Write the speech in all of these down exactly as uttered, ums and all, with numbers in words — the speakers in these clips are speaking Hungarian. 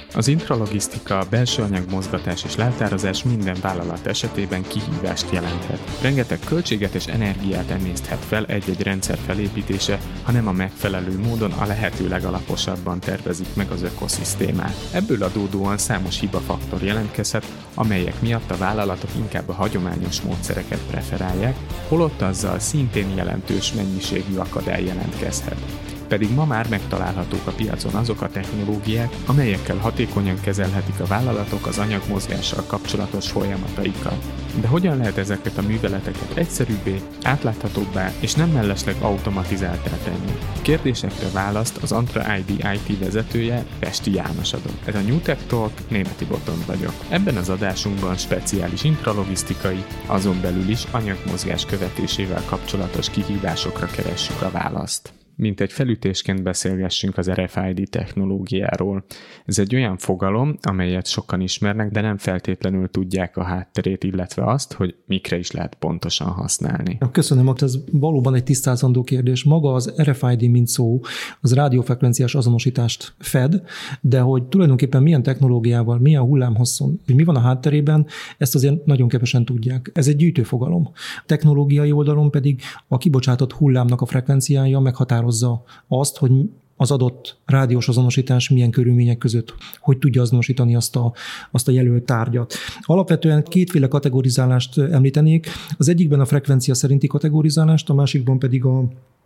Az intralogisztika, belső anyagmozgatás és leltározás minden vállalat esetében kihívást jelenthet. Rengeteg költséget és energiát emészthet fel egy-egy rendszer felépítése, ha nem a megfelelő módon a lehető legalaposabban tervezik meg az ökoszisztémát. Ebből adódóan számos hibafaktor jelentkezhet, amelyek miatt a vállalatok inkább a hagyományos módszereket preferálják, holott azzal szintén jelentős mennyiségű akadály jelentkezhet. Pedig ma már megtalálhatók a piacon azok a technológiák, amelyekkel hatékonyan kezelhetik a vállalatok az anyagmozgással kapcsolatos folyamataikat. De hogyan lehet ezeket a műveleteket egyszerűbbé, átláthatóbbá és nem mellesleg automatizáltá tenni? Kérdésekre választ az Antra i dé i té vezetője, Pesti János adott. Ez a New Tech Talk, Németi Botond vagyok. Ebben az adásunkban speciális intralogisztikai, azon belül is anyagmozgás követésével kapcsolatos kihívásokra keressük a választ. Mint egy felütésként beszélgessünk az er ef i dé technológiáról. Ez egy olyan fogalom, amelyet sokan ismernek, de nem feltétlenül tudják a hátterét, illetve azt, hogy mikre is lehet pontosan használni. Köszönöm, ez valóban egy tisztázandó kérdés. Maga az er ef i dé, mint szó, az rádiófrekvenciás azonosítást fed, de hogy tulajdonképpen milyen technológiával, milyen hullámhosszon, és mi van a hátterében, ezt azért nagyon kevesen tudják. Ez egy gyűjtőfogalom. Technológiai oldalon pedig a kibocsátott hullámnak a frekvenciája meghatározza azt, hogy az adott rádiós azonosítás milyen körülmények között, hogy tudja azonosítani azt a, azt a jelölt tárgyat. Alapvetően kétféle kategorizálást említenék. Az egyikben a frekvencia szerinti kategorizálást, a másikban pedig a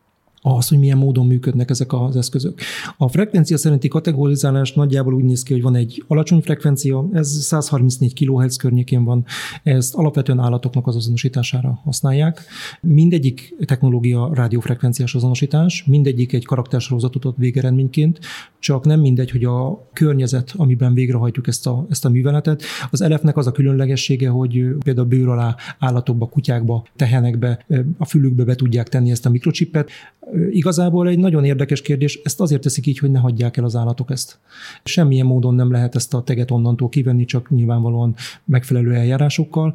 az, hogy milyen módon működnek ezek az eszközök. A frekvencia szerinti kategorizálás nagyjából úgy néz ki, hogy van egy alacsony frekvencia, ez száz harmincnégy kilohertz környékén van, ezt alapvetően állatoknak az azonosítására használják. Mindegyik technológia rádiófrekvenciás azonosítás, mindegyik egy karaktersorozatot ad végeredményként, csak nem mindegy, hogy a környezet, amiben végrehajtjuk ezt a, ezt a műveletet. Az el ef-nek az a különlegessége, hogy például bőr alá állatokba, kutyákba, tehenekbe, a fülükbe be tudják tenni ezt a mikrocsipet. Igazából egy nagyon érdekes kérdés, ezt azért teszik így, hogy ne hagyják el az állatok ezt. Semmilyen módon nem lehet ezt a teget onnantól kivenni, csak nyilvánvalóan megfelelő eljárásokkal.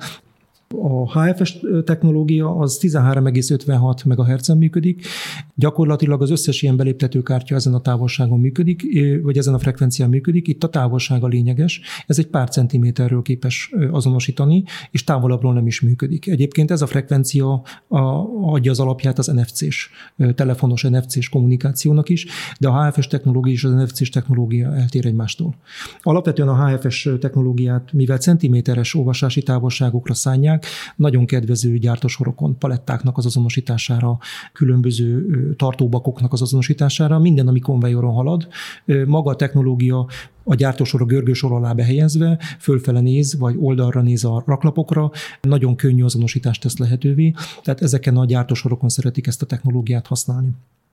A há ef-es technológia az tizenhárom egész ötvenhat megahertzen működik, gyakorlatilag az összes ilyen beléptetőkártya ezen a távolságon működik, vagy ezen a frekvencián működik, itt a távolság a lényeges, ez egy pár centiméterről képes azonosítani, és távolabbról nem is működik. Egyébként ez a frekvencia adja az alapját az en ef cés, telefonos en ef cés kommunikációnak is, de a há ef-es technológia és az en ef cés technológia eltér egymástól. Alapvetően a há ef-es technológiát, mivel centiméteres olvasási távolságokra szánják, nagyon kedvező gyártósorokon, palettáknak az azonosítására, különböző tartóbakoknak az azonosítására, minden, ami konvejoron halad. Maga a technológia a gyártósor a görgősor alá behelyezve, fölfele néz, vagy oldalra néz a raklapokra, nagyon könnyű azonosítást tesz lehetővé, tehát ezeken a gyártósorokon szeretik ezt a technológiát használni.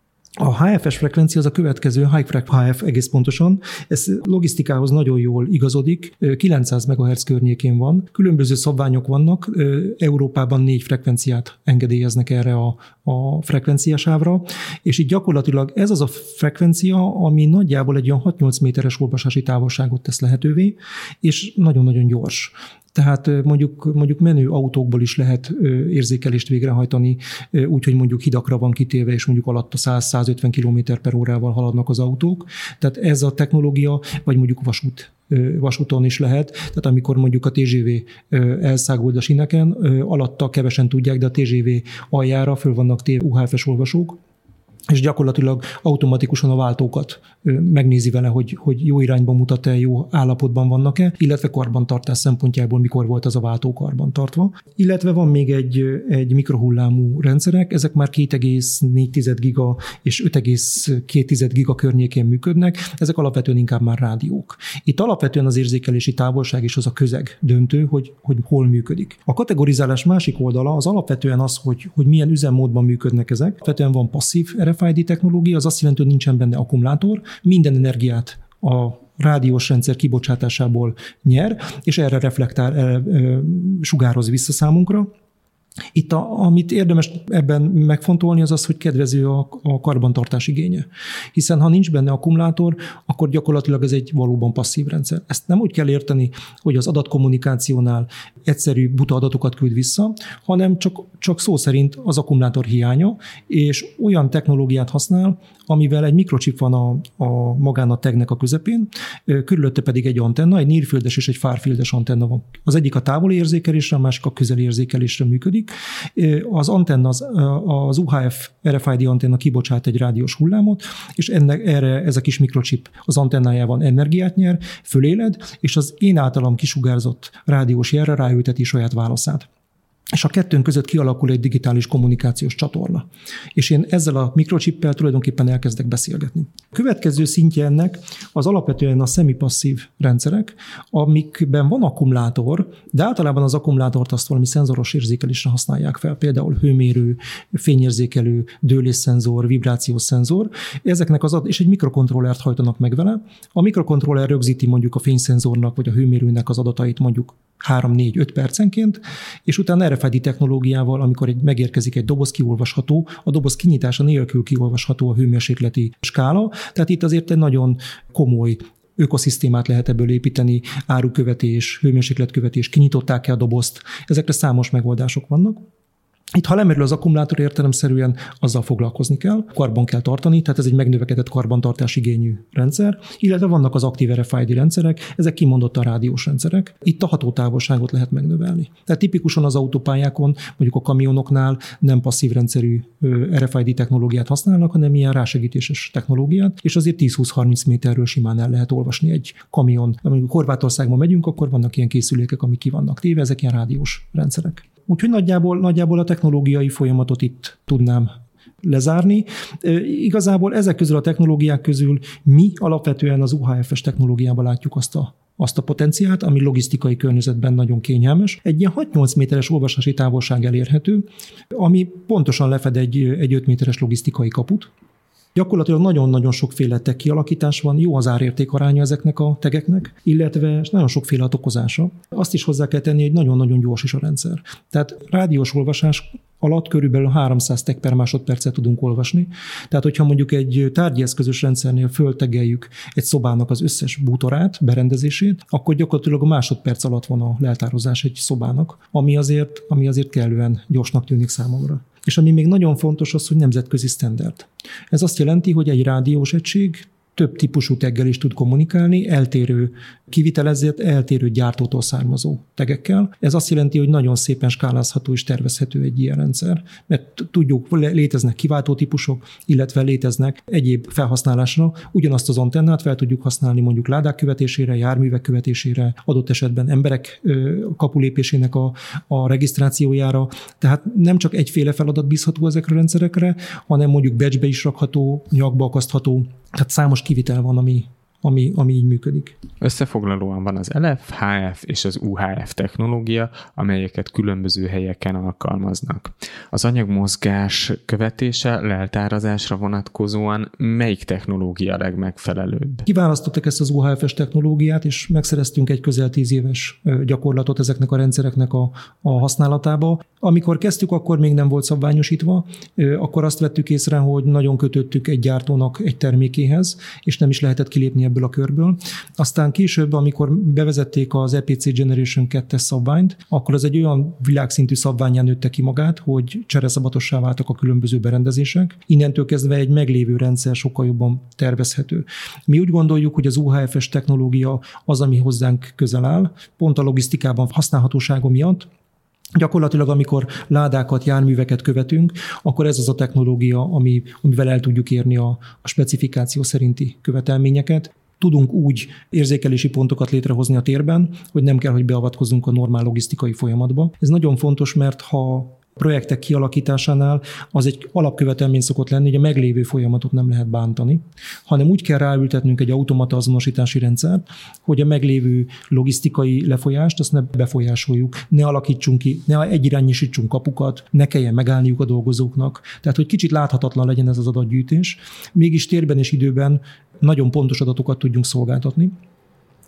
A há ef-es frekvencia az a következő, High Frek há ef egész pontosan, ez logisztikához nagyon jól igazodik, kilencszáz megahertz környékén van, különböző szabványok vannak, Európában négy frekvenciát engedélyeznek erre a, a frekvenciásávra, és itt gyakorlatilag ez az a frekvencia, ami nagyjából egy olyan hat-nyolc méteres olvasási távolságot tesz lehetővé, és nagyon-nagyon gyors. Tehát mondjuk, mondjuk menő autókból is lehet érzékelést végrehajtani, úgyhogy mondjuk hidakra van kitéve, és mondjuk alatta száz-százötven kilométer per órával haladnak az autók. Tehát ez a technológia, vagy mondjuk vasút, vasúton is lehet. Tehát amikor mondjuk a té gé vé elszáguld a síneken, alatta kevesen tudják, de a té gé vé aljára föl vannak téve u há ef-es olvasók, és gyakorlatilag automatikusan a váltókat megnézi vele, hogy, hogy jó irányba mutat-e, jó állapotban vannak-e, illetve karbantartás szempontjából mikor volt az a váltó karbantartva. Illetve van még egy, egy mikrohullámú rendszerek, ezek már két egész négy giga és öt egész két giga környékén működnek, ezek alapvetően inkább már rádiók. Itt alapvetően az érzékelési távolság és az a közeg döntő, hogy, hogy hol működik. A kategorizálás másik oldala az alapvetően az, hogy, hogy milyen üzemmódban működnek ezek. Alapvetően van passzív er ef i dé technológia, az azt jelenti, hogy nincsen benne akkumulátor, minden energiát a rádiós rendszer kibocsátásából nyer, és erre reflektál, erre, e, sugároz vissza számunkra. Itt, a, amit érdemes ebben megfontolni, az az, hogy kedvező a, a karbantartás igénye. Hiszen ha nincs benne akkumulátor, akkor gyakorlatilag ez egy valóban passzív rendszer. Ezt nem úgy kell érteni, hogy az adatkommunikációnál egyszerű buta adatokat küld vissza, hanem csak, csak szó szerint az akkumulátor hiánya, és olyan technológiát használ, amivel egy mikrochip van a, a magán a tagnek a közepén, körülötte pedig egy antenna, egy near-fieldes és egy far-fieldes antenna van. Az egyik a távoli érzékelésre, a másik a közeli érzékelésre működik. Az antenna, az, az u há ef er ef i dé antenna kibocsát egy rádiós hullámot, és ennek, erre ez a kis mikrochip az antennájában energiát nyer, föléled, és az én általam kisugárzott rádiós jelre ráülteti saját válaszát. És a kettőnk között kialakul egy digitális kommunikációs csatorna. És én ezzel a mikrochippel tulajdonképpen elkezdek beszélgetni. A következő szintje ennek az alapvetően a szemipasszív rendszerek, amikben van akkumulátor, de általában az akkumulátort azt valami szenzoros érzékelésre használják fel, például hőmérő, fényérzékelő, dőlésszenzor, vibrációs szenzor. Ezeknek az ad- és egy mikrokontrollert hajtanak meg vele. A mikrokontroller rögzíti mondjuk a fényszenzornak vagy a hőmérőnek az adatait mondjuk három négy öt percenként, és utána er ef i dé technológiával, amikor egy, megérkezik egy doboz kiolvasható, a doboz kinyitása nélkül kiolvasható a hőmérsékleti skála, tehát itt azért egy nagyon komoly ökoszisztémát lehet ebből építeni, árukövetés, hőmérsékletkövetés, kinyitották-e a dobozt, ezekre számos megoldások vannak. Itt, ha lemerül az akkumulátor, értelemszerűen azzal foglalkozni kell, karban kell tartani, tehát ez egy megnövekedett karbantartás igényű rendszer, illetve vannak az aktív er ef i dé rendszerek, ezek kimondottan rádiós rendszerek. Itt a hatótávolságot lehet megnövelni. Tehát tipikusan az autópályákon, mondjuk a kamionoknál nem passzív rendszerű er ef i dé technológiát használnak, hanem ilyen rásegítéses technológiát, és azért tíz-húsz-harminc méterről simán el lehet olvasni egy kamion. Amikor Horvátországban megyünk, akkor vannak ilyen készülékek, amik ki vannak téve, ezek ilyen rádiós rendszerek. Úgyhogy nagyjából, nagyjából a technológiai folyamatot itt tudnám lezárni. E, igazából ezek közül a technológiák közül mi alapvetően az u há ef-es technológiában látjuk azt a, azt a potenciált, ami logisztikai környezetben nagyon kényelmes. Egy ilyen hat-nyolc méteres olvasási távolság elérhető, ami pontosan lefed egy, egy öt méteres logisztikai kaput. Gyakorlatilag nagyon-nagyon sokféle tech kialakítás van, jó az árérték aránya ezeknek a tegeknek, illetve nagyon sokféle a tokozása. Azt is hozzá kell tenni, hogy nagyon-nagyon gyors is a rendszer. Tehát rádiós olvasás alatt körülbelül háromszáz teg per másodpercet tudunk olvasni. Tehát, hogyha mondjuk egy tárgyi eszközös rendszernél föltegeljük egy szobának az összes bútorát, berendezését, akkor gyakorlatilag a másodperc alatt van a leltározás egy szobának, ami azért, ami azért kellően gyorsnak tűnik számomra. És ami még nagyon fontos az, hogy nemzetközi standard. Ez azt jelenti, hogy egy rádiós egység több típusú teggel is tud kommunikálni, eltérő kivitelezett, eltérő gyártótól származó tegekkel. Ez azt jelenti, hogy nagyon szépen skálázható és tervezhető egy ilyen rendszer, mert tudjuk, léteznek kiváltó típusok, illetve léteznek egyéb felhasználásra. Ugyanazt az antennát fel tudjuk használni mondjuk ládák követésére, járművek követésére, adott esetben emberek kapulépésének a, a regisztrációjára. Tehát nem csak egyféle feladat bízható ezekre a rendszerekre, hanem mondjuk batchbe is rakható, nyakba akasztható. Tehát számos kivitel van, ami, ami, ami így működik. Összefoglalóan van az el ef, há ef és az u há ef technológia, amelyeket különböző helyeken alkalmaznak. Az anyagmozgás követése, leltározásra vonatkozóan melyik technológia a legmegfelelőbb? Kiválasztottak ezt az u há ef-es technológiát, és megszereztünk egy közel tíz éves gyakorlatot ezeknek a rendszereknek a, a használatába. Amikor kezdtük, akkor még nem volt szabványosítva, akkor azt vettük észre, hogy nagyon kötöttük egy gyártónak egy termékéhez, és nem is lehetett kilépni ebből a körből. Aztán később, amikor bevezették az e pé cé Generation kettes szabványt, akkor az egy olyan világszintű szabvánnyá nőtte ki magát, hogy csereszabatossá váltak a különböző berendezések. Innentől kezdve egy meglévő rendszer sokkal jobban tervezhető. Mi úgy gondoljuk, hogy az u há ef-es technológia az, ami hozzánk közel áll, pont a logisztikában használhatósága miatt. Gyakorlatilag, amikor ládákat, járműveket követünk, akkor ez az a technológia, ami, amivel el tudjuk érni a, a specifikáció szerinti követelményeket. Tudunk úgy érzékelési pontokat létrehozni a térben, hogy nem kell, hogy beavatkozzunk a normál logisztikai folyamatba. Ez nagyon fontos, mert ha projektek kialakításánál az egy alapkövetelmény szokott lenni, hogy a meglévő folyamatot nem lehet bántani, hanem úgy kell ráültetnünk egy automata azonosítási rendszert, hogy a meglévő logisztikai lefolyást azt ne befolyásoljuk, ne alakítsunk ki, ne egyirányosítsunk kapukat, ne kelljen megállniuk a dolgozóknak. Tehát, hogy kicsit láthatatlan legyen ez az adatgyűjtés, mégis térben és időben nagyon pontos adatokat tudjunk szolgáltatni.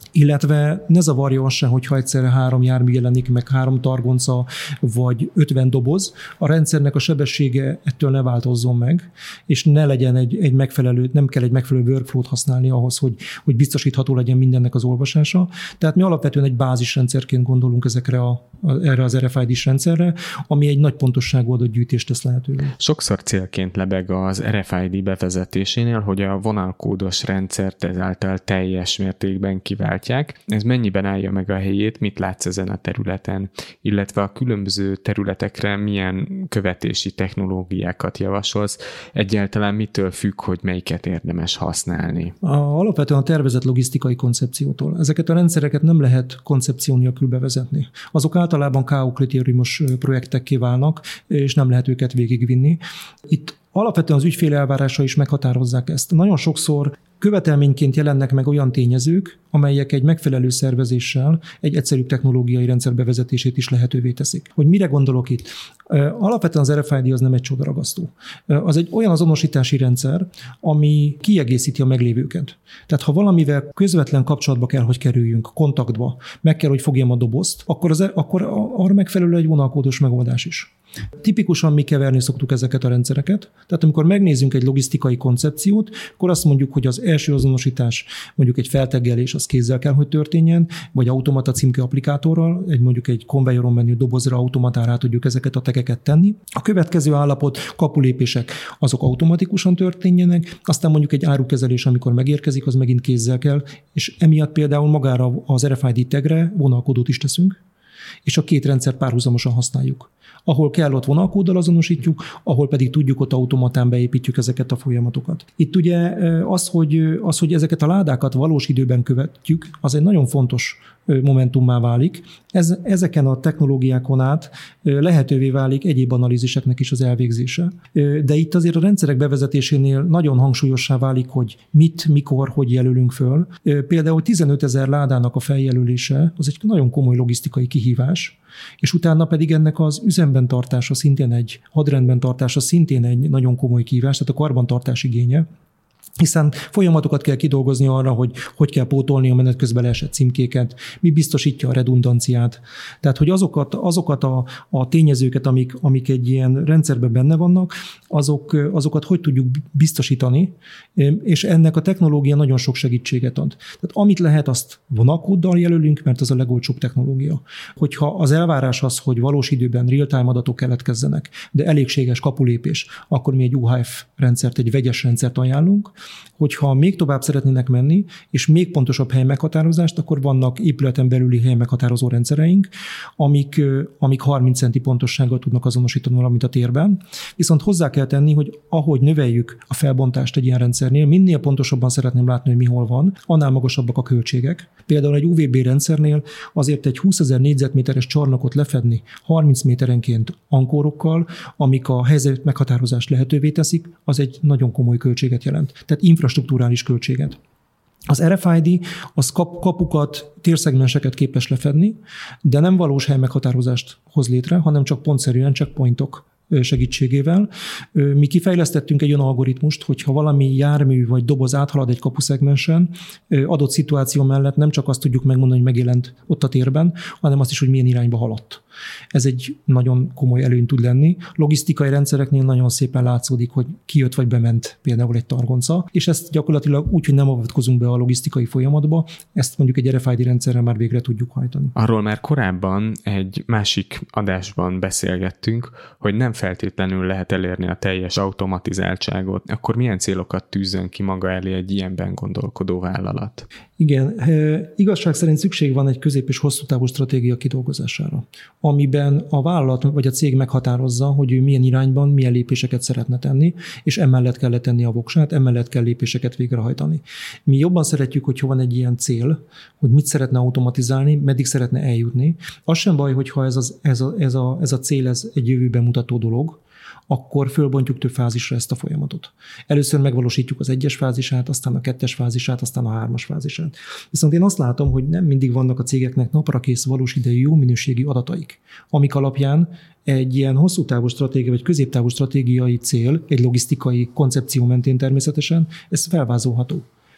illetve ne zavarja az se, hogyha egyszerre három jármű jelenik meg, három targonca, vagy ötven doboz, a rendszernek a sebessége ettől ne változzon meg, és ne legyen egy, egy megfelelő, nem kell egy megfelelő workflow-t használni ahhoz, hogy, hogy biztosítható legyen mindennek az olvasása. Tehát mi alapvetően egy bázisrendszerként gondolunk ezekre a, erre az er ef i dés rendszerre, ami egy nagy pontosságú adatgyűjtést tesz lehetővé. Sokszor célként lebeg az er ef i dé bevezetésénél, hogy a vonalkódos rendszert ezáltal teljes mértékben kiváltják. Ez mennyiben állja meg a helyét, mit látsz ezen a területen, illetve a különböző területekre milyen követési technológiákat javasolsz, egyáltalán mitől függ, hogy melyiket érdemes használni? A, alapvetően a tervezett logisztikai koncepciótól. Ezeket a rendszereket nem lehet koncepció nélkül bevezetni. Azok általában ká o kritériumos projektekké válnak, és nem lehet őket végigvinni. Itt alapvetően az ügyfél elvárása is meghatározzák ezt. Nagyon sokszor követelményként jelennek meg olyan tényezők, amelyek egy megfelelő szervezéssel egy egyszerűbb technológiai rendszer bevezetését is lehetővé teszik. Hogy mire gondolok itt? Alapvetően az er ef i dé az nem egy csodaragasztó. Az egy olyan azonosítási rendszer, ami kiegészíti a meglévőket. Tehát ha valamivel közvetlen kapcsolatba kell, hogy kerüljünk, kontaktba, meg kell, hogy fogjam a dobozt, akkor, az, akkor arra megfelelő egy vonalkódos megoldás is. Tipikusan mi keverni szoktuk ezeket a rendszereket. Tehát amikor megnézzünk egy logisztikai koncepciót, akkor azt mondjuk, hogy az első azonosítás mondjuk egy felteggelés, az kézzel kell, hogy történjen, vagy automata címke applikátorral, egy mondjuk egy konvejoron menő dobozra automatára tudjuk ezeket a tegeket tenni. A következő állapot, kapulépések, azok automatikusan történjenek, aztán mondjuk egy árukezelés, amikor megérkezik, az megint kézzel kell, és emiatt például magára az er ef i dé tagre vonalkódot is teszünk, és a két rendszer párhuzamosan használjuk. Ahol kell, ott vonalkóddal azonosítjuk, ahol pedig tudjuk, ott automatán beépítjük ezeket a folyamatokat. Itt ugye az, hogy, az, hogy ezeket a ládákat valós időben követjük, az egy nagyon fontos momentummá válik. Ez, ezeken a technológiákon át lehetővé válik egyéb analíziseknek is az elvégzése. De itt azért a rendszerek bevezetésénél nagyon hangsúlyossá válik, hogy mit, mikor, hogy jelölünk föl. Például tizenötezer ládának a feljelölése az egy nagyon komoly logisztikai kihívás, és utána pedig ennek az üzemben tartása szintén egy, hadrendben tartása szintén egy nagyon komoly kihívás, tehát a karbantartás igénye. Hiszen folyamatokat kell kidolgozni arra, hogy hogy kell pótolni a menet közben leesett címkéket, mi biztosítja a redundanciát. Tehát, hogy azokat, azokat a, a tényezőket, amik, amik egy ilyen rendszerben benne vannak, azok, azokat hogy tudjuk biztosítani, és ennek a technológia nagyon sok segítséget ad. Tehát amit lehet, azt vonalkóddal jelölünk, mert az a legolcsóbb technológia. Hogyha az elvárás az, hogy valós időben real-time adatok keletkezzenek, de elégséges kapulépés, akkor mi egy u há ef rendszert, egy vegyes rendszert ajánlunk. Hogyha még tovább szeretnének menni, és még pontosabb helymeghatározást, akkor vannak épületen belüli helymeghatározó rendszereink, amik, amik harminc centi pontossággal tudnak azonosítani valamit a térben. Viszont hozzá kell tenni, hogy ahogy növeljük a felbontást egy ilyen rendszernél, minél pontosabban szeretném látni, hogy mi hol van, annál magasabbak a költségek. Például egy u vé bé rendszernél azért egy húszezer négyzetméteres csarnokot lefedni harminc méterenként ankórokkal, amik a helyzet meghatározást lehetővé teszik, az egy nagyon komoly költséget jelent. Tehát infrastruktúrális költséget. Az er ef i dé az kap, kapukat, térszegmenseket képes lefedni, de nem valós helymeghatározást hoz létre, hanem csak pontszerűen checkpointok segítségével. Mi kifejlesztettünk egy olyan algoritmust, hogyha valami jármű vagy doboz áthalad egy kapuszegmensen, adott szituáció mellett nem csak azt tudjuk megmondani, hogy megjelent ott a térben, hanem azt is, hogy milyen irányba haladt. Ez egy nagyon komoly előny tud lenni. Logisztikai rendszereknél nagyon szépen látszódik, hogy kijött vagy bement például egy targonca, és ezt gyakorlatilag úgy, hogy nem avatkozunk be a logisztikai folyamatba, ezt mondjuk egy er ef i dé rendszerrel már végre tudjuk hajtani. Arról már korábban egy másik adásban beszélgettünk, hogy nem feltétlenül lehet elérni a teljes automatizáltságot. Akkor milyen célokat tűzzön ki maga elé egy ilyenben gondolkodó vállalat? Igen, igazság szerint szükség van egy közép- és hosszú távú stratégia kidolgozására, amiben a vállalat vagy a cég meghatározza, hogy ő milyen irányban, milyen lépéseket szeretne tenni, és emellett kell letenni a voksát, emellett kell lépéseket végrehajtani. Mi jobban szeretjük, hogyha van egy ilyen cél, hogy mit szeretne automatizálni, meddig szeretne eljutni. Az sem baj, hogyha ez, az, ez, a, ez, a, ez a cél ez egy jövőben mutató dolog, akkor fölbontjuk több fázisra ezt a folyamatot. Először megvalósítjuk az egyes fázisát, aztán a kettes fázisát, aztán a hármas fázisát. Viszont én azt látom, hogy nem mindig vannak a cégeknek naprakész valós idejű jó minőségi adataik, amik alapján egy ilyen hosszú távú stratégia, vagy középtávú stratégiai cél, egy logisztikai koncepció mentén természetesen, ez felvázolható.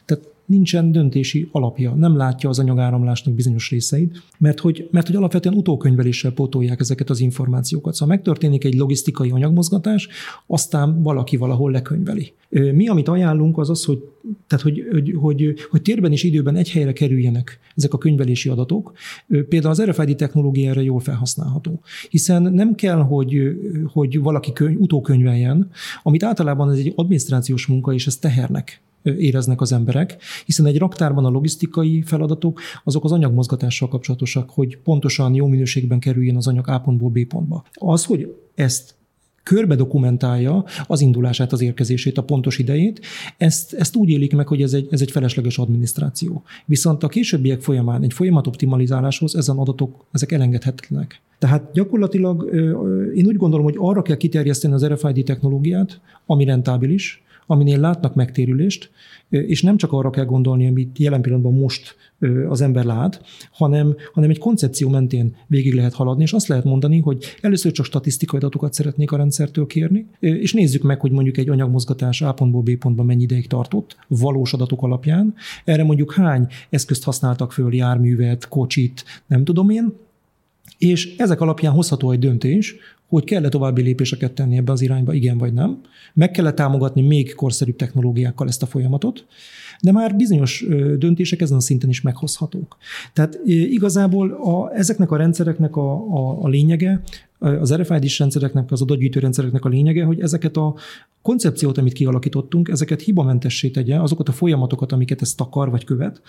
Tehát nincsen döntési alapja, nem látja az anyagáramlásnak bizonyos részeit, mert hogy, mert hogy alapvetően utókönyveléssel pótolják ezeket az információkat. Szóval megtörténik egy logisztikai anyagmozgatás, aztán valaki valahol lekönyveli. Mi, amit ajánlunk, az az, hogy, tehát, hogy, hogy, hogy, hogy térben és időben egy helyre kerüljenek ezek a könyvelési adatok. Például az er ef i dé technológia erre jól felhasználható. Hiszen nem kell, hogy, hogy valaki könyv, utókönyveljen, amit általában ez egy adminisztrációs munka, és ez tehernek éreznek az emberek, hiszen egy raktárban a logisztikai feladatok azok az anyagmozgatással kapcsolatosak, hogy pontosan jó minőségben kerüljön az anyag A pontból B pontba. Az, hogy ezt körbe dokumentálja az indulását, az érkezését, a pontos idejét, ezt, ezt úgy élik meg, hogy ez egy, ez egy felesleges adminisztráció. Viszont a későbbiek folyamán egy folyamat optimalizáláshoz ezen adatok, ezek elengedhetetlenek. Tehát gyakorlatilag én úgy gondolom, hogy arra kell kiterjeszteni az er ef i dé technológiát, ami rentábilis, aminél látnak megtérülést, és nem csak arra kell gondolni, amit jelen pillanatban most az ember lát, hanem, hanem egy koncepció mentén végig lehet haladni, és azt lehet mondani, hogy először csak statisztikai adatokat szeretnék a rendszertől kérni, és nézzük meg, hogy mondjuk egy anyagmozgatás A pontból B pontba mennyi ideig tartott, valós adatok alapján. Erre mondjuk hány eszközt használtak föl, járművet, kocsit, nem tudom én, és ezek alapján hozható egy döntés, hogy kell-e további lépéseket tenni ebbe az irányba, igen vagy nem. Meg kell-e támogatni még korszerűbb technológiákkal ezt a folyamatot, de már bizonyos döntések ezen a szinten is meghozhatók. Tehát igazából a, ezeknek a rendszereknek a, a, a lényege, az er ef i dés rendszereknek, az adatgyűjtő rendszereknek a lényege, hogy ezeket a koncepciót, amit kialakítottunk, ezeket hibamentessé tegye, azokat a folyamatokat, amiket ezt akar vagy követ,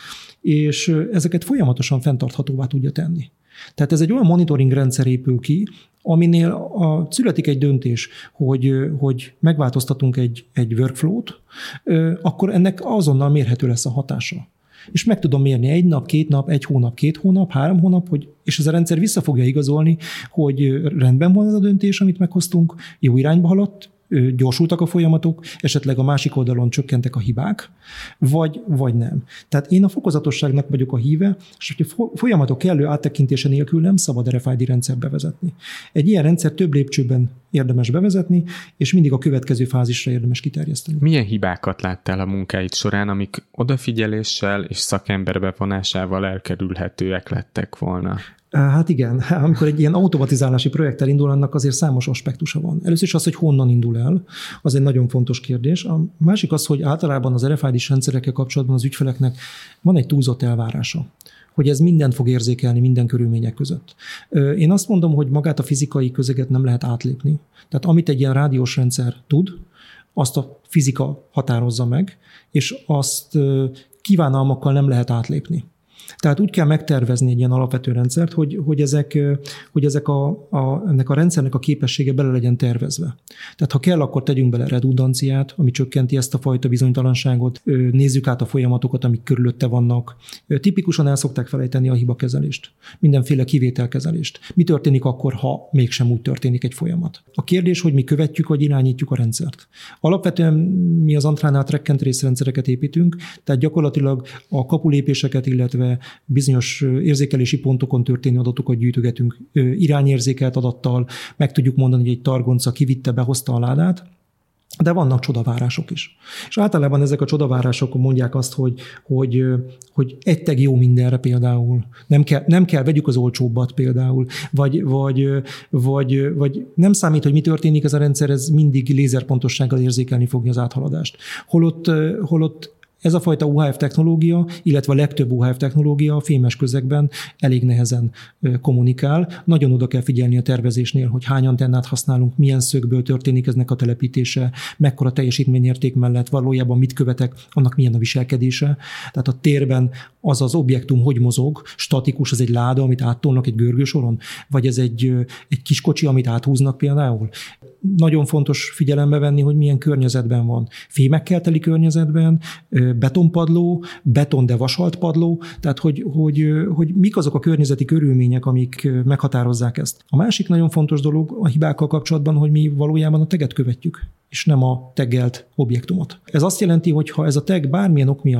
és ezeket folyamatosan fenntarthatóvá tudja tenni. Tehát ez egy olyan monitoring rendszer épül ki, aminél a, születik egy döntés, hogy, hogy megváltoztatunk egy, egy workflow-t, akkor ennek azonnal mérhető lesz a hatása. És meg tudom mérni egy nap, két nap, egy hónap, két hónap, három hónap, hogy, és ez a rendszer vissza fogja igazolni, hogy rendben van ez a döntés, amit meghoztunk, jó irányba haladt, gyorsultak a folyamatok, esetleg a másik oldalon csökkentek a hibák, vagy, vagy nem. Tehát én a fokozatosságnak vagyok a híve, és hogy a folyamatok kellő áttekintése nélkül nem szabad er ef i dé rendszert bevezetni. Egy ilyen rendszer több lépcsőben érdemes bevezetni, és mindig a következő fázisra érdemes kiterjeszteni. Milyen hibákat láttál a munkáid során, amik odafigyeléssel és szakember bevonásával elkerülhetőek lettek volna? Hát igen, amikor egy ilyen automatizálási projekttel indul, annak azért számos aspektusa van. Először is az, hogy honnan indul el, az egy nagyon fontos kérdés. A másik az, hogy általában az er ef i dés rendszerekkel kapcsolatban az ügyfeleknek van egy túlzott elvárása, hogy ez mindent fog érzékelni minden körülmények között. Én azt mondom, hogy magát a fizikai közeget nem lehet átlépni. Tehát amit egy ilyen rádiós rendszer tud, azt a fizika határozza meg, és azt kívánalmakkal nem lehet átlépni. Tehát úgy kell megtervezni egy ilyen alapvető rendszert, hogy, hogy, ezek, hogy ezek a, a, ennek a rendszernek a képessége bele legyen tervezve. Tehát ha kell, akkor tegyünk bele redundanciát, ami csökkenti ezt a fajta bizonytalanságot, nézzük át a folyamatokat, amik körülötte vannak. Tipikusan el szokták felejteni a hibakezelést, mindenféle kivételkezelést. Mi történik akkor, ha mégsem úgy történik egy folyamat? A kérdés, hogy mi követjük vagy irányítjuk a rendszert. Alapvetően mi az Antránál track and trace rendszereket építünk, tehát gyakorlatilag a kapulépéseket, illetve bizonyos érzékelési pontokon történő adatokat gyűjtögetünk irányérzékelt adattal, meg tudjuk mondani, hogy egy targonca kivitte, behozta a ládát, de vannak csodavárások is. És általában ezek a csodavárások mondják azt, hogy, hogy, hogy egy tag jó mindenre például, nem kell, nem kell, vegyük az olcsóbbat például, vagy, vagy, vagy, vagy nem számít, hogy mi történik ez a rendszer, ez mindig lézerpontossággal érzékelni fogja az áthaladást. Holott, holott ez a fajta u há ef technológia, illetve a legtöbb u há ef technológia a fémes közegben elég nehezen kommunikál. Nagyon oda kell figyelni a tervezésnél, hogy hány antennát használunk, milyen szögből történik eznek a telepítése, mekkora teljesítményérték mellett valójában mit követek, annak milyen a viselkedése. Tehát a térben az az objektum hogy mozog, statikus, az egy láda, amit áttolnak egy görgősoron, vagy ez egy, egy kis kocsi, amit áthúznak például. Nagyon fontos figyelembe venni, hogy milyen környezetben van. Fémekkel teli környezetben, betonpadló, beton, de vasalt padló, tehát hogy, hogy, hogy mik azok a környezeti körülmények, amik meghatározzák ezt. A másik nagyon fontos dolog a hibákkal kapcsolatban, hogy mi valójában a taget követjük, és nem a taggelt objektumot. Ez azt jelenti, hogy ha ez a tag bármilyen ok miatt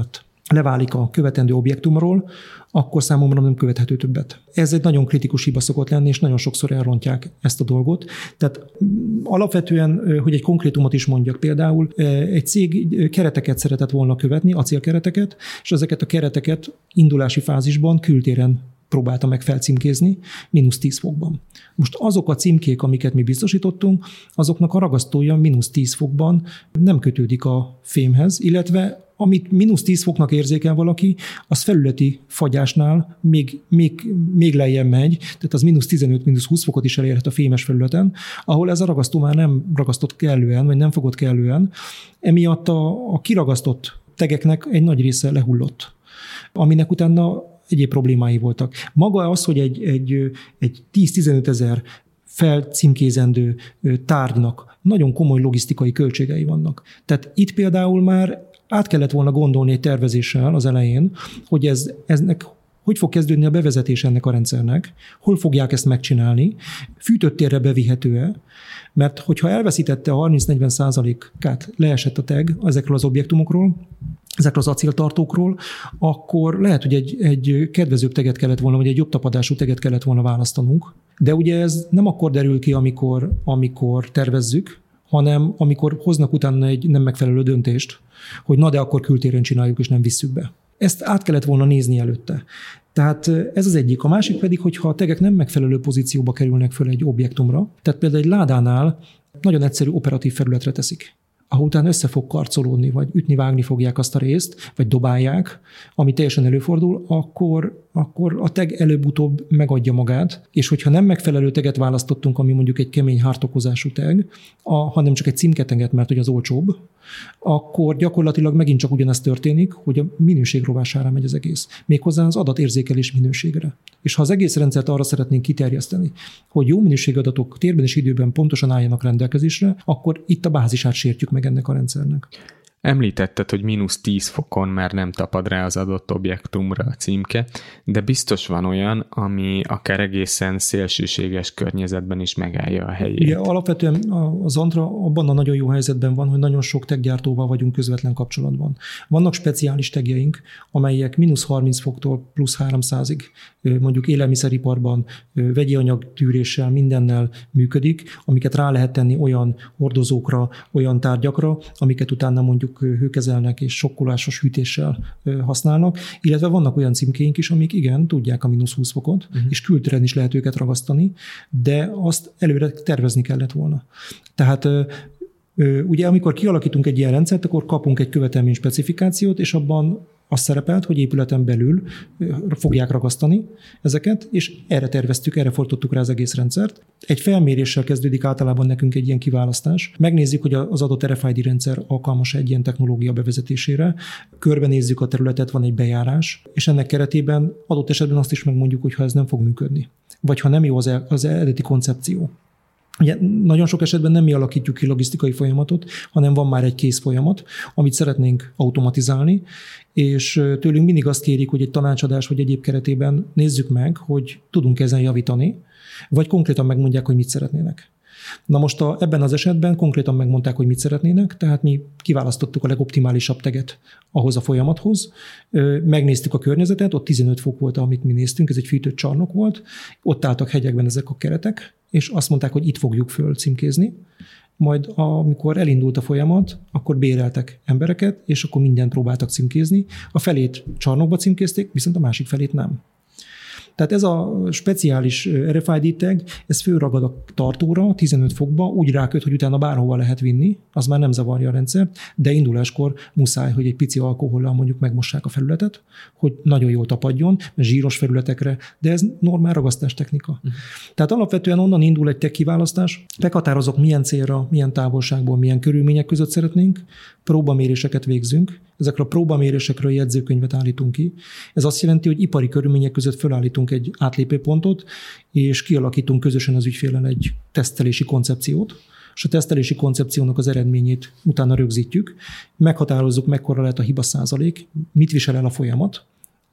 leválik a követendő objektumról, akkor számomra nem követhető többet. Ez egy nagyon kritikus hiba szokott lenni, és nagyon sokszor elrontják ezt a dolgot. Tehát alapvetően, hogy egy konkrétumot is mondjak, például egy cég kereteket szeretett volna követni, acélkereteket, és ezeket a kereteket indulási fázisban kültéren próbálta meg felcímkézni, mínusz tíz fokban. Most azok a címkék, amiket mi biztosítottunk, azoknak a ragasztója mínusz tíz fokban nem kötődik a fémhez, illetve amit mínusz tíz foknak érzékel valaki, az felületi fagyásnál még, még, még lejjebb megy, tehát az mínusz tizenöt, mínusz húsz fokot is elérhet a fémes felületen, ahol ez a ragasztó már nem ragasztott kellően, vagy nem fogott kellően, emiatt a, a kiragasztott tegeknek egy nagy része lehullott, aminek utána egyéb problémái voltak. Maga az, hogy egy, egy, egy tíz-tizenöt ezer felcímkézendő tárgynak nagyon komoly logisztikai költségei vannak. Tehát itt például már át kellett volna gondolni egy tervezéssel az elején, hogy ez, eznek hogy fog kezdődni a bevezetés ennek a rendszernek, hol fogják ezt megcsinálni, fűtöttérre bevihető-e, mert hogyha elveszítette a harminc-negyven százalékát, leesett a tag ezekről az objektumokról, ezekről az acéltartókról, akkor lehet, hogy egy, egy kedvezőbb teget kellett volna, vagy egy jobb tapadású teget kellett volna választanunk. De ugye ez nem akkor derül ki, amikor, amikor tervezzük, hanem amikor hoznak utána egy nem megfelelő döntést, hogy na de akkor kültéren csináljuk, és nem visszük be. Ezt át kellett volna nézni előtte. Tehát ez az egyik. A másik pedig, hogyha a tegek nem megfelelő pozícióba kerülnek föl egy objektumra, tehát például egy ládánál nagyon egyszerű operatív felületre teszik, ahol utána össze fog karcolódni, vagy ütni-vágni fogják azt a részt, vagy dobálják, ami teljesen előfordul, akkor, akkor a tag előbb-utóbb megadja magát, és hogyha nem megfelelő teget választottunk, ami mondjuk egy kemény hártokozású tag, a, hanem csak egy címketeget, mert ugye az olcsóbb, akkor gyakorlatilag megint csak ugyanezt történik, hogy a minőség rovására megy az egész. Méghozzá az adatérzékelés minőségre. És ha az egész rendszert arra szeretnénk kiterjeszteni, hogy jó minőségű adatok térben és időben pontosan álljanak rendelkezésre, akkor itt a bázisát sértjük meg ennek a rendszernek. Említetted, hogy mínusz tíz fokon már nem tapad rá az adott objektumra a címke, de biztos van olyan, ami akár egészen szélsőséges környezetben is megállja a helyét. Ugye alapvetően az Antra abban a nagyon jó helyzetben van, hogy nagyon sok taggyártóval vagyunk közvetlen kapcsolatban. Vannak speciális tagjaink, amelyek mínusz harminc foktól plusz háromszázig mondjuk élelmiszeriparban vegyi anyagtűréssel, mindennel működik, amiket rá lehet tenni olyan hordozókra, olyan tárgyakra, amiket utána mondjuk hőkezelnek és sokkolásos hűtéssel használnak, illetve vannak olyan címkéink is, amik igen, tudják a mínusz húsz fokot, uh-huh. és kültéren is lehet őket ragasztani, de azt előre tervezni kellett volna. Tehát ugye amikor kialakítunk egy ilyen rendszert, akkor kapunk egy követelmény specifikációt, és abban az szerepelt, hogy épületen belül fogják ragasztani ezeket, és erre terveztük, erre fordítottuk rá az egész rendszert. Egy felméréssel kezdődik általában nekünk egy ilyen kiválasztás. Megnézzük, hogy az adott er ef i dé rendszer alkalmas egy ilyen technológia bevezetésére. Körbenézzük a területet, van egy bejárás, és ennek keretében adott esetben azt is megmondjuk, hogy ha ez nem fog működni, vagy ha nem jó az, el, az eredeti koncepció. Ugye nagyon sok esetben nem mi alakítjuk ki logisztikai folyamatot, hanem van már egy kész folyamat, amit szeretnénk automatizálni, és tőlünk mindig azt kérik, hogy egy tanácsadás vagy egyéb keretében nézzük meg, hogy tudunk ezen javítani, vagy konkrétan megmondják, hogy mit szeretnének. Na most a, ebben az esetben konkrétan megmondták, hogy mit szeretnének, tehát mi kiválasztottuk a legoptimálisabb teget ahhoz a folyamathoz, megnéztük a környezetet, ott tizenöt fok volt, amit mi néztünk, ez egy fűtött csarnok volt, ott álltak hegyekben ezek a keretek, és azt mondták, hogy itt fogjuk föl címkézni. Majd amikor elindult a folyamat, akkor béreltek embereket, és akkor mindent próbáltak címkézni. A felét csarnokba címkézték, viszont a másik felét nem. Tehát ez a speciális er ef i dé tag, ez fölragad a tartóra tizenöt fokba, úgy ráköt, hogy utána bárhova lehet vinni, az már nem zavarja a rendszert, de induláskor muszáj, hogy egy pici alkohollal mondjuk megmossák a felületet, hogy nagyon jól tapadjon, zsíros felületekre, de ez normál ragasztás technika. Uh-huh. Tehát alapvetően onnan indul egy tag kiválasztás, meghatározok milyen célra, milyen távolságból, milyen körülmények között szeretnénk, próbaméréseket végzünk, ezekről a próbamérésekről jegyzőkönyvet állítunk ki. Ez azt jelenti, hogy ipari körülmények között felállítunk egy átlépőpontot, és kialakítunk közösen az ügyféllel egy tesztelési koncepciót, és a tesztelési koncepciónak az eredményét utána rögzítjük, meghatározzuk, mekkora lehet a hiba százalék, mit visel el a folyamat,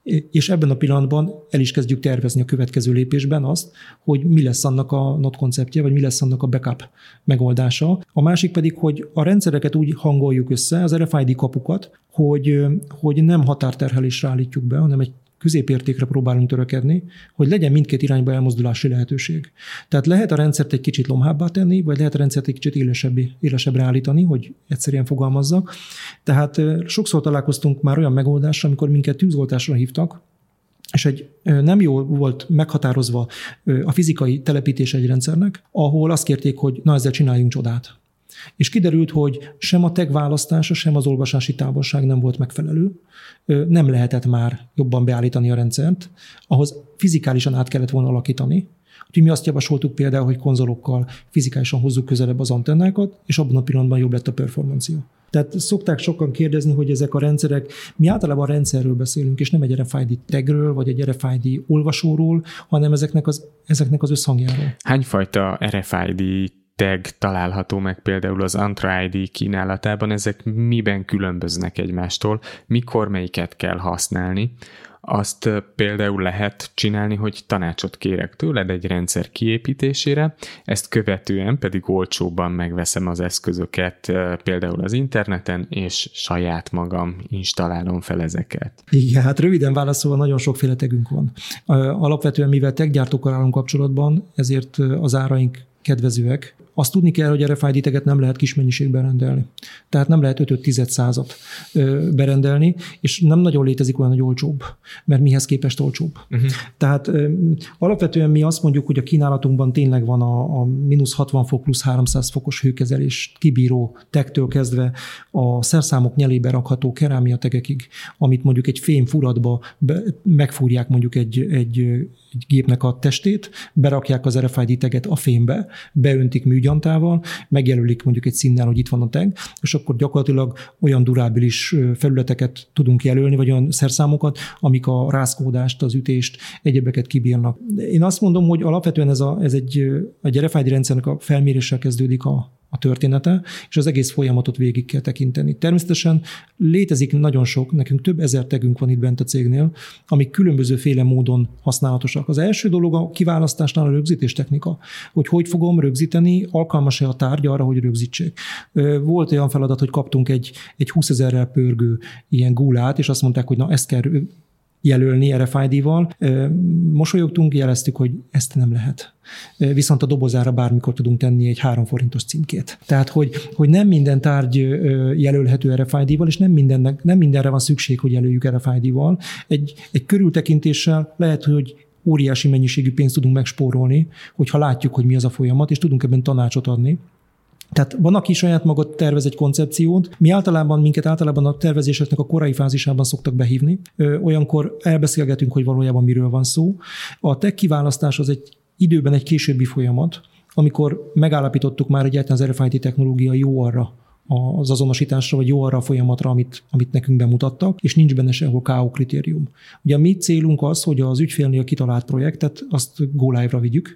és ebben a pillanatban el is kezdjük tervezni a következő lépésben azt, hogy mi lesz annak a NOT konceptje, vagy mi lesz annak a backup megoldása. A másik pedig, hogy a rendszereket úgy hangoljuk össze, az er ef i dé kapukat, hogy, hogy nem határterhelésre állítjuk be, hanem egy középértékre próbálunk törekedni, hogy legyen mindkét irányba elmozdulási lehetőség. Tehát lehet a rendszert egy kicsit lomhábbá tenni, vagy lehet a rendszert egy kicsit élesebbi, élesebbre állítani, hogy egyszerűen fogalmazzak. Tehát sokszor találkoztunk már olyan megoldásra, amikor minket tűzoltásra hívtak, és egy nem jól volt meghatározva a fizikai telepítés egy rendszernek, ahol azt kérték, hogy na ezzel csináljunk csodát. És kiderült, hogy sem a tag választása, sem az olvasási távolság nem volt megfelelő. Nem lehetett már jobban beállítani a rendszert, ahhoz fizikálisan át kellett volna alakítani. Úgyhogy mi azt javasoltuk például, hogy konzolokkal fizikálisan hozzuk közelebb az antennákat, és abban a pillanatban jobb lett a performancia. Tehát szokták sokan kérdezni, hogy ezek a rendszerek, mi általában rendszerről beszélünk, és nem egy er ef i dé tagről, vagy egy er ef i dé olvasóról, hanem ezeknek az, ezeknek az összhangjáról. Hányfajta er ef i dé tag található meg például az Entra i dé kínálatában, ezek miben különböznek egymástól, mikor melyiket kell használni? Azt például lehet csinálni, hogy tanácsot kérek tőled egy rendszer kiépítésére, ezt követően pedig olcsóbban megveszem az eszközöket például az interneten, és saját magam installálom fel ezeket. Igen, hát röviden válaszolva nagyon sokféle tagünk van. Alapvetően, mivel taggyártókkal állunk kapcsolatban, ezért az áraink kedvezőek. Azt tudni kell, hogy er ef i dé taget nem lehet kis mennyiségben rendelni. Tehát nem lehet öt tized százat berendelni, és nem nagyon létezik olyan, hogy olcsóbb, mert mihez képest olcsóbb. Uh-huh. Tehát alapvetően mi azt mondjuk, hogy a kínálatunkban tényleg van a, a mínusz hatvan fok plusz háromszáz fokos hőkezelést kibíró tagtől kezdve a szerszámok nyelébe rakható kerámia tegekig, amit mondjuk egy fém furatba be, megfúrják mondjuk egy, egy, egy gépnek a testét, berakják az er ef i dé taget a fémbe, beöntik műgyantával, megjelölik mondjuk egy színnel, hogy itt van a tag, és akkor gyakorlatilag olyan durábilis felületeket tudunk jelölni, vagy olyan szerszámokat, amik a rázkódást, az ütést, egyebeket kibírnak. Én azt mondom, hogy alapvetően ez, a, ez egy, egy er ef i dé rendszernek a felméréssel kezdődik a a története, és az egész folyamatot végig kell tekinteni. Természetesen létezik nagyon sok, nekünk több ezer tagünk van itt bent a cégnél, amik különbözőféle módon használatosak. Az első dolog a kiválasztásnál a rögzítés technika, hogy hogy fogom rögzíteni, alkalmas-e a tárgy arra, hogy rögzítsék. Volt olyan feladat, hogy kaptunk egy, egy húszezerrel pörgő ilyen gulát, és azt mondták, hogy na ezt kell jelölni er ef i dé-val. Mosolyogtunk, jeleztük, hogy ezt nem lehet. Viszont a dobozára bármikor tudunk tenni egy három forintos címkét. Tehát, hogy, hogy nem minden tárgy jelölhető er ef i dé-val, és nem, mindennek, nem mindenre van szükség, hogy jelöljük er ef i dé-val. Egy, egy körültekintéssel lehet, hogy óriási mennyiségű pénzt tudunk megspórolni, hogyha látjuk, hogy mi az a folyamat, és tudunk ebben tanácsot adni. Tehát van, aki saját maga tervez egy koncepciót, mi általában, minket általában a tervezéseknek a korai fázisában szoktak behívni. Olyankor elbeszélgetünk, hogy valójában miről van szó. A tech kiválasztás az egy időben egy későbbi folyamat, amikor megállapítottuk már egyáltalán az er ef i dé technológia jó arra az azonosításra, vagy jó arra a folyamatra, amit, amit nekünk bemutattak, és nincs benne sehol ká o kritérium. Ugye a mi célunk az, hogy az ügyfélnél kitalált projektet, azt go live-ra vigyük,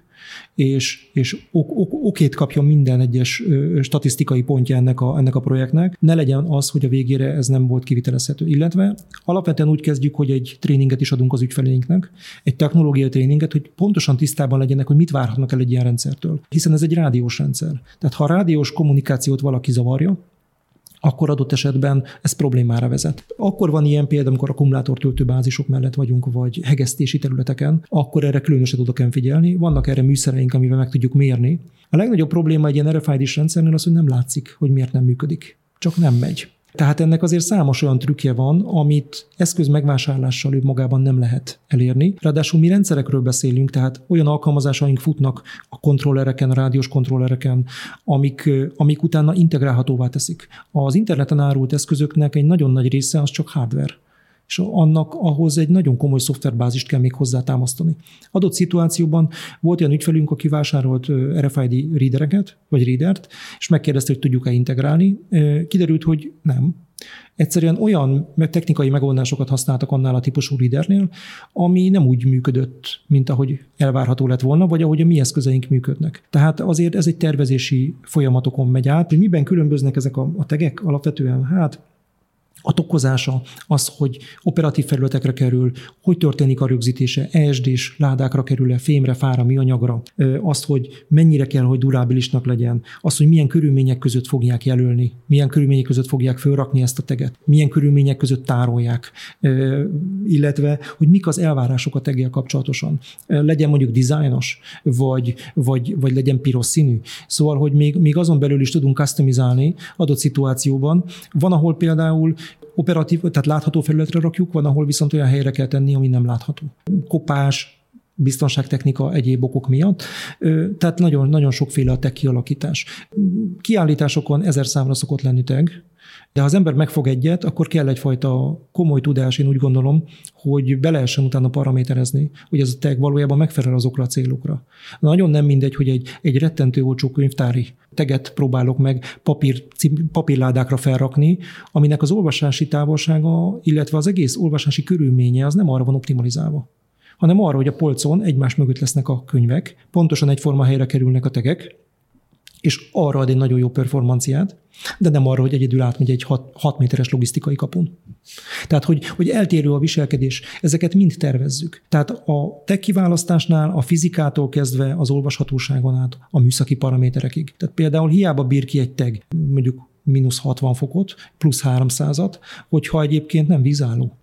és, és ok, ok, okét kapjon minden egyes statisztikai pontja ennek a, ennek a projektnek. Ne legyen az, hogy a végére ez nem volt kivitelezhető. Illetve alapvetően úgy kezdjük, hogy egy tréninget is adunk az ügyfeleinknek, egy technológiai tréninget, hogy pontosan tisztában legyenek, hogy mit várhatnak el egy ilyen rendszertől. Hiszen ez egy rádiós rendszer. Tehát ha a rádiós kommunikációt valaki zavarja, akkor adott esetben ez problémára vezet. Akkor van ilyen példa, amikor akkumulátortöltőbázisok mellett vagyunk, vagy hegesztési területeken, akkor erre különösen oda kell figyelni. Vannak erre műszereink, amivel meg tudjuk mérni. A legnagyobb probléma egy ilyen er ef i dés rendszernél az, hogy nem látszik, hogy miért nem működik. Csak nem megy. Tehát ennek azért számos olyan trükkje van, amit eszköz megvásárlással magában nem lehet elérni. Ráadásul mi rendszerekről beszélünk, tehát olyan alkalmazásaink futnak a kontrollereken, a rádiós kontrollereken, amik, amik utána integrálhatóvá teszik. Az interneten árult eszközöknek egy nagyon nagy része az csak hardware, és annak ahhoz egy nagyon komoly szoftverbázist kell még hozzátámasztani. Adott szituációban volt olyan ügyfelünk, aki vásárolt er ef i dé readereket, vagy readert, és megkérdezte, hogy tudjuk-e integrálni. Kiderült, hogy nem. Egyszerűen olyan technikai megoldásokat használtak annál a típusú readernél, ami nem úgy működött, mint ahogy elvárható lett volna, vagy ahogy a mi eszközeink működnek. Tehát azért ez egy tervezési folyamatokon megy át. Miben különböznek ezek a, a tegek alapvetően? Hát a tokkozása, az, hogy operatív felületekre kerül, hogy történik a rögzítése, é es dés ládákra kerül-e, fémre, fára, műanyagra, azt, hogy mennyire kell, hogy durábilisnak legyen, azt, hogy milyen körülmények között fogják jelölni, milyen körülmények között fogják fölrakni ezt a teget, milyen körülmények között tárolják, illetve, hogy mik az elvárások a teggel kapcsolatosan. Legyen mondjuk dizájnos, vagy, vagy, vagy legyen piros színű. Szóval, hogy még, még azon belül is tudunk customizálni adott szituációban. Van, ahol például operatív, tehát látható felületre rakjuk, van, ahol viszont olyan helyre kell tenni, ami nem látható. Kopás, biztonságtechnika, egyéb okok miatt. Tehát nagyon, nagyon sokféle a tech kialakítás. Kiállításokon ezer számra szokott lenni tag, de ha az ember megfog egyet, akkor kell egyfajta komoly tudás, én úgy gondolom, hogy be lehessen utána paraméterezni, hogy ez a tag valójában megfelel azokra a célokra. Nagyon nem mindegy, hogy egy, egy rettentő olcsó könyvtári teget próbálok meg papír, papírládákra felrakni, aminek az olvasási távolsága, illetve az egész olvasási körülménye az nem arra van optimalizálva, hanem arra, hogy a polcon egymás mögött lesznek a könyvek, pontosan egyforma helyre kerülnek a tegek, és arra ad egy nagyon jó performanciát, de nem arra, hogy egyedül átmegy egy hat méteres logisztikai kapun. Tehát, hogy, hogy eltérő a viselkedés, ezeket mind tervezzük. Tehát a tech kiválasztásnál a fizikától kezdve az olvashatóságon át a műszaki paraméterekig. Tehát például hiába bír ki egy tag, mondjuk mínusz hatvan fokot, plusz háromszázat, hogyha egyébként nem vízálló.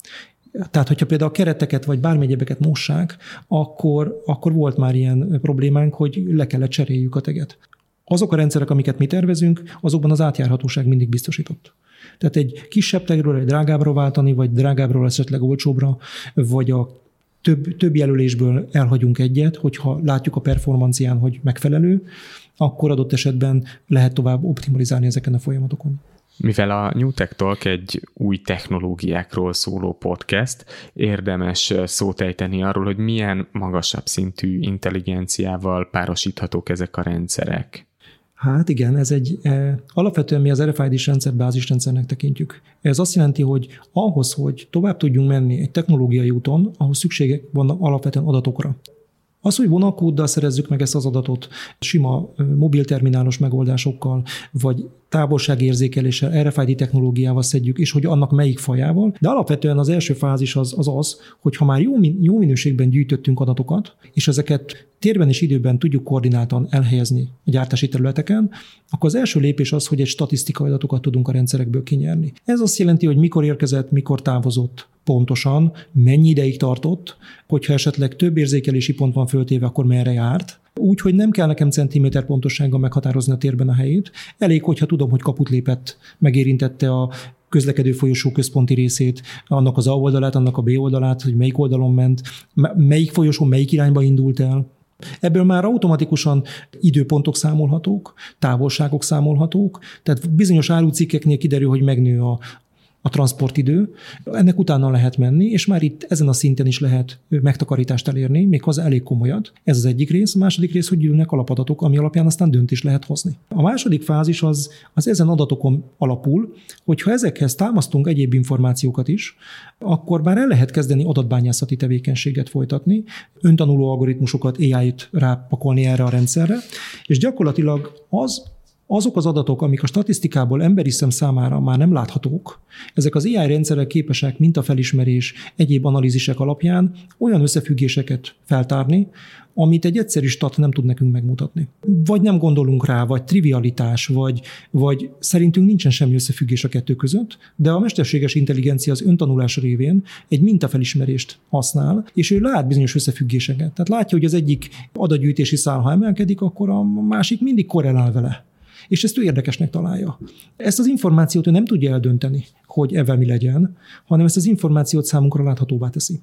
Tehát, hogyha például a kereteket vagy bármi egyebeket mossák, akkor, akkor volt már ilyen problémánk, hogy le kellett cseréljük a teget. Azok a rendszerek, amiket mi tervezünk, azokban az átjárhatóság mindig biztosított. Tehát egy kisebb tegről egy drágábbra váltani, vagy drágábbról esetleg olcsóbbra, vagy a több, több jelölésből elhagyunk egyet, hogyha látjuk a performancián, hogy megfelelő, akkor adott esetben lehet tovább optimalizálni ezeken a folyamatokon. Mivel a New Tech Talk egy új technológiákról szóló podcast, érdemes szót ejteni arról, hogy milyen magasabb szintű intelligenciával párosíthatók ezek a rendszerek. Hát igen, ez egy, e, alapvetően mi az er ef i dés rendszer bázisrendszernek tekintjük. Ez azt jelenti, hogy ahhoz, hogy tovább tudjunk menni egy technológiai úton, ahhoz szükségek vannak alapvetően adatokra. Az, hogy vonalkóddal szerezzük meg ezt az adatot, sima mobilterminálos megoldásokkal, vagy távolságérzékeléssel, er ef i dé technológiával szedjük, és hogy annak melyik fajával. De alapvetően az első fázis az az, az hogy ha már jó, jó minőségben gyűjtöttünk adatokat, és ezeket térben és időben tudjuk koordináltan elhelyezni a gyártási területeken, akkor az első lépés az, hogy egy statisztikai adatokat tudunk a rendszerekből kinyerni. Ez azt jelenti, hogy mikor érkezett, mikor távozott pontosan, mennyi ideig tartott, hogyha esetleg több érzékelési pont van föltéve, akkor merre járt. Úgy, hogy nem kell nekem centiméter pontossággal meghatározni a térben a helyét. Elég, hogyha tudom, hogy kaput lépett, megérintette a közlekedő folyosó központi részét, annak az A oldalát, annak a B oldalát, hogy melyik oldalon ment, melyik folyosó melyik irányba indult el. Ebből már automatikusan időpontok számolhatók, távolságok számolhatók, tehát bizonyos árucikkeknél kiderül, hogy megnő a a transportidő, ennek utána lehet menni, és már itt ezen a szinten is lehet megtakarítást elérni, méghozzá elég komolyat. Ez az egyik rész. A második rész, hogy gyűlnek alapadatok, ami alapján aztán döntést lehet hozni. A második fázis az, az ezen adatokon alapul, hogyha ezekhez támasztunk egyéb információkat is, akkor már el lehet kezdeni adatbányászati tevékenységet folytatni, öntanuló algoritmusokat, á í-t rápakolni erre a rendszerre, és gyakorlatilag az, azok az adatok, amik a statisztikából emberi szem számára már nem láthatók, ezek az á í rendszerek képesek mintafelismerés, egyéb analízisek alapján olyan összefüggéseket feltárni, amit egy egyszerű stat nem tud nekünk megmutatni. Vagy nem gondolunk rá, vagy trivialitás, vagy, vagy szerintünk nincsen semmi összefüggés a kettő között, de a mesterséges intelligencia az öntanulás révén egy mintafelismerést használ, és ő lát bizonyos összefüggéseket. Tehát látja, hogy az egyik adatgyűjtési szál, ha emelkedik, akkor a másik mindig korrelál vele. És ezt ő érdekesnek találja. Ezt az információt ő nem tudja eldönteni, hogy ebben mi legyen, hanem ezt az információt számunkra láthatóvá teszi.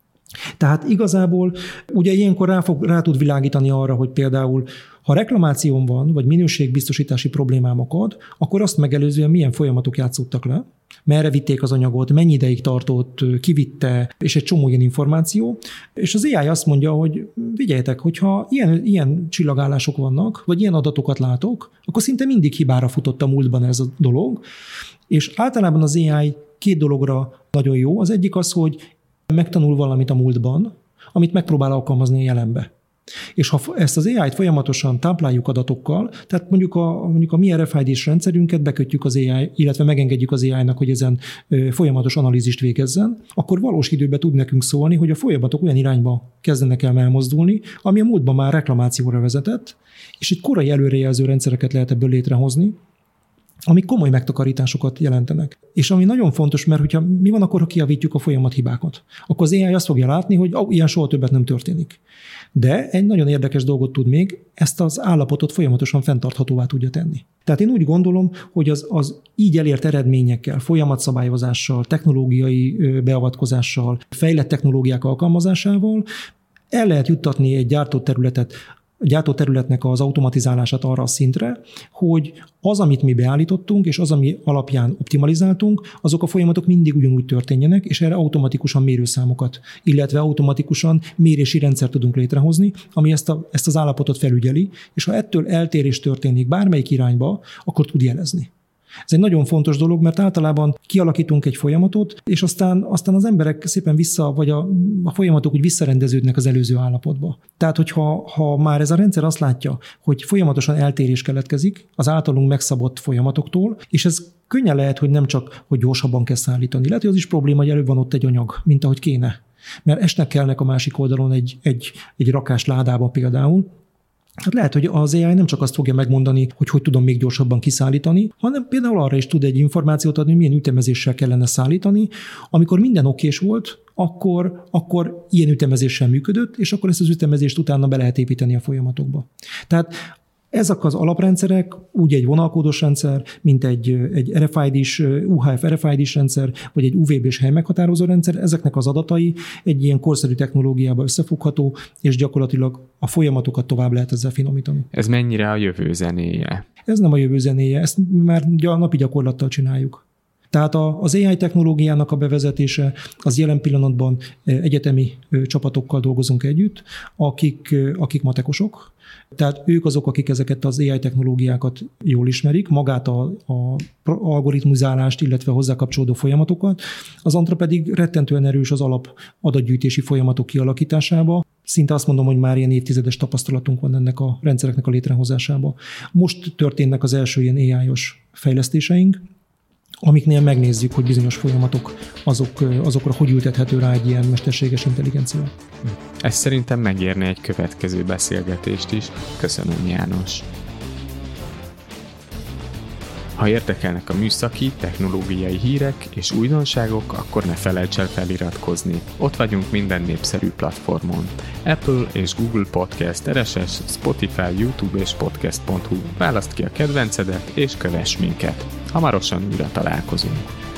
Tehát igazából ugye ilyenkor rá, fog, rá tud világítani arra, hogy például ha reklamációm van, vagy minőségbiztosítási problémám akad, akkor azt megelőzően milyen folyamatok játszottak le, merre vitték az anyagot, mennyi ideig tartott, kivitte, és egy csomó ilyen információ. És az á í azt mondja, hogy figyeljetek, hogyha ilyen, ilyen csillagállások vannak, vagy ilyen adatokat látok, akkor szinte mindig hibára futott a múltban ez a dolog. És általában az á í két dologra nagyon jó. Az egyik az, hogy megtanul valamit a múltban, amit megpróbál alkalmazni a jelenbe. És ha ezt az á í-t folyamatosan tápláljuk adatokkal, tehát mondjuk a, mondjuk a mi er ef i dés rendszerünket bekötjük az á í, illetve megengedjük az á í-nak, hogy ezen folyamatos analízist végezzen, akkor valós időben tud nekünk szólni, hogy a folyamatok olyan irányba kezdenek el elmozdulni, ami a múltban már reklamációra vezetett, és egy korai előrejelző rendszereket lehet ebből létrehozni, amik komoly megtakarításokat jelentenek. És ami nagyon fontos, mert hogyha mi van akkor, ha kijavítjuk a folyamathibákat, akkor az á í azt fogja látni, hogy oh, ilyen soha többet nem történik. De egy nagyon érdekes dolgot tud még, ezt az állapotot folyamatosan fenntarthatóvá tudja tenni. Tehát én úgy gondolom, hogy az, az így elért eredményekkel, folyamatszabályozással, technológiai beavatkozással, fejlett technológiák alkalmazásával el lehet juttatni egy gyártóterületet, a gyártóterületnek az automatizálását arra a szintre, hogy az, amit mi beállítottunk, és az, ami alapján optimalizáltunk, azok a folyamatok mindig ugyanúgy történjenek, és erre automatikusan mérőszámokat, illetve automatikusan mérési rendszert tudunk létrehozni, ami ezt, a, ezt az állapotot felügyeli, és ha ettől eltérés történik bármelyik irányba, akkor tud jelezni. Ez egy nagyon fontos dolog, mert általában kialakítunk egy folyamatot, és aztán, aztán az emberek szépen vissza, vagy a, a folyamatok úgy visszarendeződnek az előző állapotba. Tehát, hogyha ha már ez a rendszer azt látja, hogy folyamatosan eltérés keletkezik az általunk megszabott folyamatoktól, és ez könnyen lehet, hogy nem csak, hogy gyorsabban kell szállítani. Lehet, hogy az is probléma, hogy előbb van ott egy anyag, mint ahogy kéne. Mert esnek kellnek a másik oldalon egy, egy, egy rakás ládába például. Hát lehet, hogy az á í nem csak azt fogja megmondani, hogy hogy tudom még gyorsabban kiszállítani, hanem például arra is tud egy információt adni, hogy milyen ütemezéssel kellene szállítani. Amikor minden okés volt, akkor, akkor ilyen ütemezéssel működött, és akkor ezt az ütemezést utána be lehet építeni a folyamatokba. Tehát ezek az alaprendszerek, úgy egy vonalkódos rendszer, mint egy, egy er ef i dés, u há ef er ef i dés rendszer, vagy egy u vé bés helymeghatározó rendszer, ezeknek az adatai egy ilyen korszerű technológiába összefogható, és gyakorlatilag a folyamatokat tovább lehet ezzel finomítani. Ez mennyire a jövő zenéje? Ez nem a jövő zenéje, ezt már a napi gyakorlattal csináljuk. Tehát az á í technológiának a bevezetése, az jelen pillanatban egyetemi csapatokkal dolgozunk együtt, akik, akik matekosok. Tehát ők azok, akik ezeket az á í technológiákat jól ismerik, magát a, a algoritmizálást, illetve hozzá kapcsolódó folyamatokat. Az Antra pedig rettentően erős az alap adatgyűjtési folyamatok kialakításába. Szinte azt mondom, hogy már ilyen évtizedes tapasztalatunk van ennek a rendszereknek a létrehozásába. Most történnek az első ilyen á í-os fejlesztéseink, amiknél megnézzük, hogy bizonyos folyamatok azok, azokra hogy ültethető rá egy ilyen mesterséges intelligencia. Ez szerintem megérne egy következő beszélgetést is. Köszönöm, János! Ha érdekelnek a műszaki, technológiai hírek és újdonságok, akkor ne felejts el feliratkozni. Ott vagyunk minden népszerű platformon. Apple és Google Podcast, er es es, Spotify, YouTube és podcast pont hu. Válaszd ki a kedvencedet és kövess minket. Hamarosan újra találkozunk.